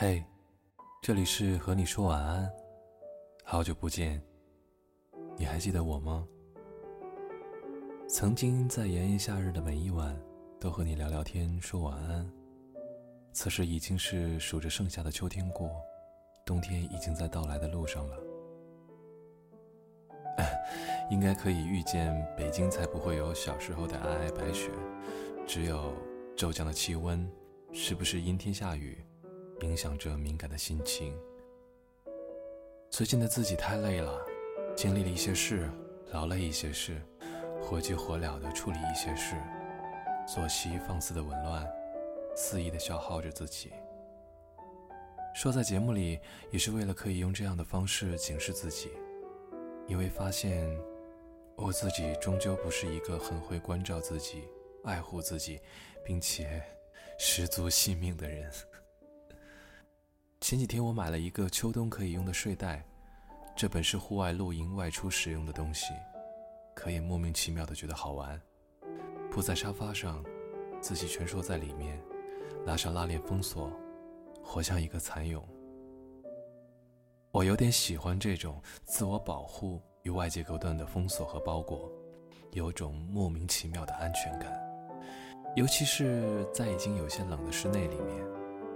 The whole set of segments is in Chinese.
嘿，这里是和你说晚安，好久不见，你还记得我吗？曾经在炎炎夏日的每一晚都和你聊聊天说晚安，此时已经是数着盛夏的秋天过，冬天已经在到来的路上了。应该可以预见，北京才不会有小时候的皑皑白雪，只有骤降的气温，时不时阴天下雨，影响着敏感的心情。最近的自己太累了，经历了一些事，劳累一些事，火急火燎地处理一些事，作息放肆的紊乱，肆意地消耗着自己。说在节目里也是为了可以用这样的方式警示自己，因为发现我自己终究不是一个很会关照自己、爱护自己并且十足惜命的人。前几天我买了一个秋冬可以用的睡袋，这本是户外露营外出使用的东西，可以莫名其妙地觉得好玩。铺在沙发上，自己蜷缩在里面，拉上拉链封锁，活像一个蚕蛹。我有点喜欢这种自我保护与外界隔断的封锁和包裹，有种莫名其妙的安全感，尤其是在已经有些冷的室内里面。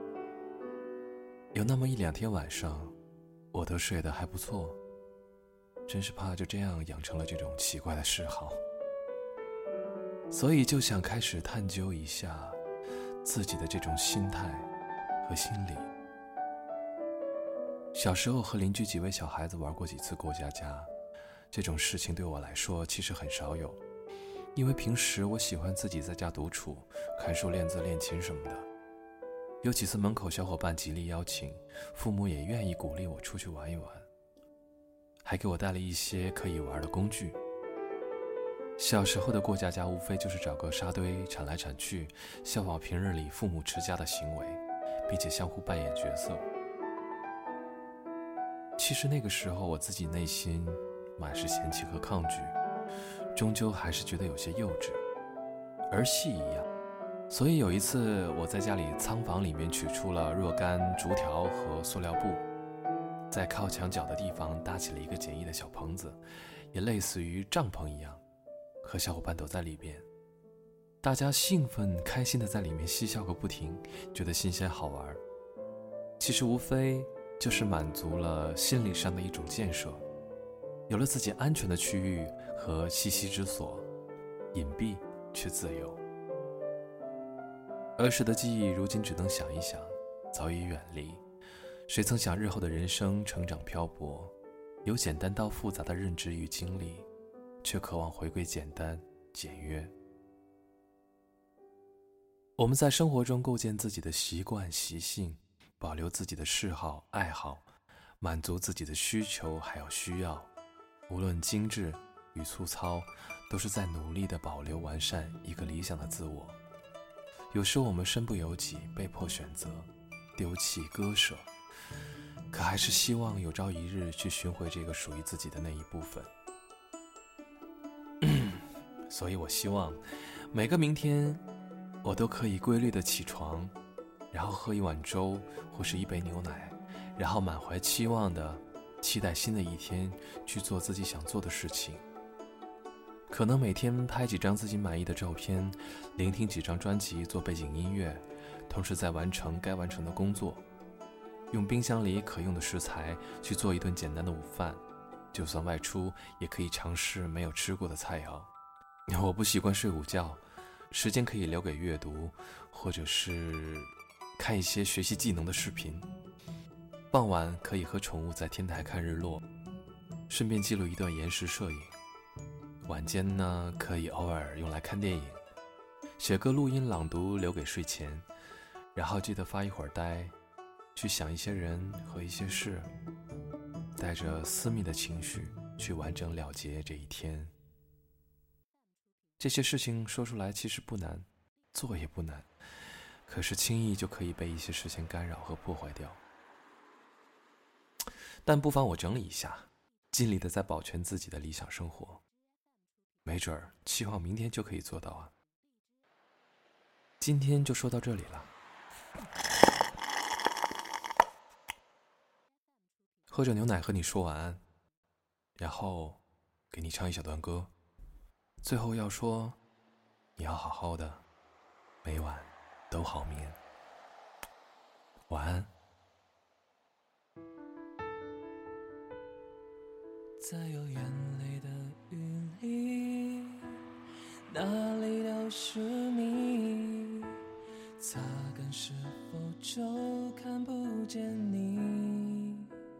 有那么一两天晚上，我都睡得还不错，真是怕就这样养成了这种奇怪的嗜好，所以就想开始探究一下自己的这种心态和心理。小时候和邻居几位小孩子玩过几次过家家，这种事情对我来说其实很少有，因为平时我喜欢自己在家独处，看书练字练琴什么的。有几次门口小伙伴极力邀请，父母也愿意鼓励我出去玩一玩，还给我带了一些可以玩的工具。小时候的过家家无非就是找个沙堆铲来铲去，效仿平日里父母持家的行为，并且相互扮演角色。其实那个时候我自己内心满是嫌弃和抗拒，终究还是觉得有些幼稚，儿戏一样。所以有一次我在家里仓房里面取出了若干竹条和塑料布，在靠墙角的地方搭起了一个简易的小棚子，也类似于帐篷一样，和小伙伴躲在里边，大家兴奋开心地在里面嬉笑个不停，觉得新鲜好玩。其实无非就是满足了心理上的一种建设，有了自己安全的区域和栖息之所，隐蔽却自由。儿时的记忆如今只能想一想，早已远离。谁曾想日后的人生成长漂泊，由简单到复杂的认知与经历，却渴望回归简单简约。我们在生活中构建自己的习惯习性，保留自己的嗜好爱好，满足自己的需求还有需要，无论精致与粗糙，都是在努力地保留完善一个理想的自我。有时我们身不由己，被迫选择丢弃割舍，可还是希望有朝一日去寻回这个属于自己的那一部分。所以我希望每个明天我都可以规律的起床，然后喝一碗粥或是一杯牛奶，然后满怀期望的期待新的一天，去做自己想做的事情。可能每天拍几张自己满意的照片，聆听几张专辑做背景音乐，同时在完成该完成的工作，用冰箱里可用的食材去做一顿简单的午饭，就算外出也可以尝试没有吃过的菜肴。我不习惯睡午觉，时间可以留给阅读，或者是看一些学习技能的视频。傍晚可以和宠物在天台看日落，顺便记录一段延时摄影。晚间呢，可以偶尔用来看电影，写歌录音朗读留给睡前，然后记得发一会儿呆，去想一些人和一些事，带着私密的情绪去完整了结这一天。这些事情说出来其实不难，做也不难，可是轻易就可以被一些事情干扰和破坏掉。但不妨我整理一下，尽力的在保全自己的理想生活，没准儿期望明天就可以做到啊。今天就说到这里了。 喝着牛奶和你说晚安，然后给你唱一小段歌，最后要说你要好好的，每晚都好眠，晚安。 在有眼泪的雨里，哪里都是你，擦干是否就看不见你？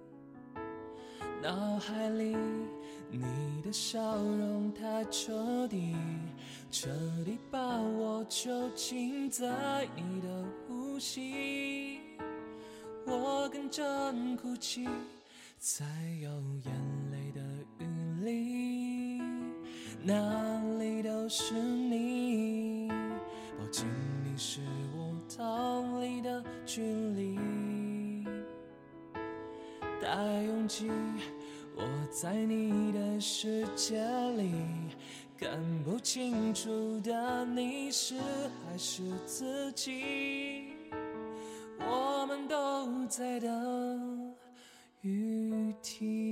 脑海里你的笑容太彻底，彻底把我囚禁在你的呼吸，我跟着哭泣。在有眼泪的雨里，哪里都是你，抱紧你是我逃离的距离。太拥挤，我在你的世界里，看不清楚的你是还是自己，我们都在等雨停。